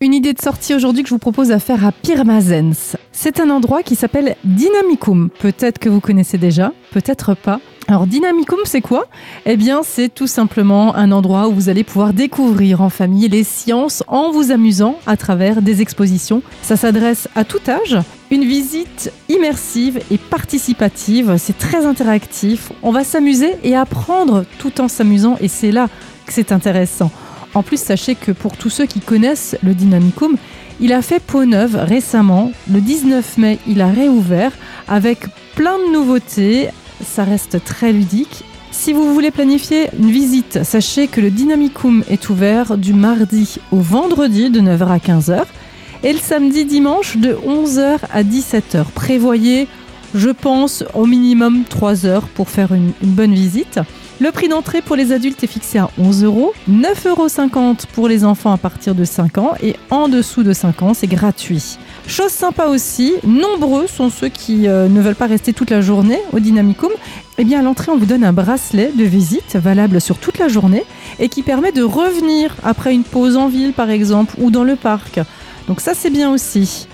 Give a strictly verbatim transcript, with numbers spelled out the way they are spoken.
Une idée de sortie aujourd'hui que je vous propose à faire à Pirmasens. C'est un endroit qui s'appelle Dynamicum. Peut-être que vous connaissez déjà, peut-être pas. Alors Dynamicum, c'est quoi ? Eh bien, c'est tout simplement un endroit où vous allez pouvoir découvrir en famille les sciences en vous amusant à travers des expositions. Ça s'adresse à tout âge. Une visite immersive et participative. C'est très interactif. On va s'amuser et apprendre tout en s'amusant et c'est là que c'est intéressant. En plus, sachez que pour tous ceux qui connaissent le Dynamicum, il a fait peau neuve récemment. Le dix-neuf mai, il a réouvert avec plein de nouveautés. Ça reste très ludique. Si vous voulez planifier une visite, sachez que le Dynamicum est ouvert du mardi au vendredi de neuf heures à quinze heures et le samedi dimanche de onze heures à dix-sept heures. Prévoyez, je pense, au minimum trois heures pour faire une, une bonne visite. Le prix d'entrée pour les adultes est fixé à onze euros, neuf euros cinquante pour les enfants à partir de cinq ans et en dessous de cinq ans, c'est gratuit. Chose sympa aussi, nombreux sont ceux qui euh, ne veulent pas rester toute la journée au Dynamicum. Eh bien, à l'entrée, on vous donne un bracelet de visite valable sur toute la journée et qui permet de revenir après une pause en ville, par exemple, ou dans le parc. Donc ça, c'est bien aussi.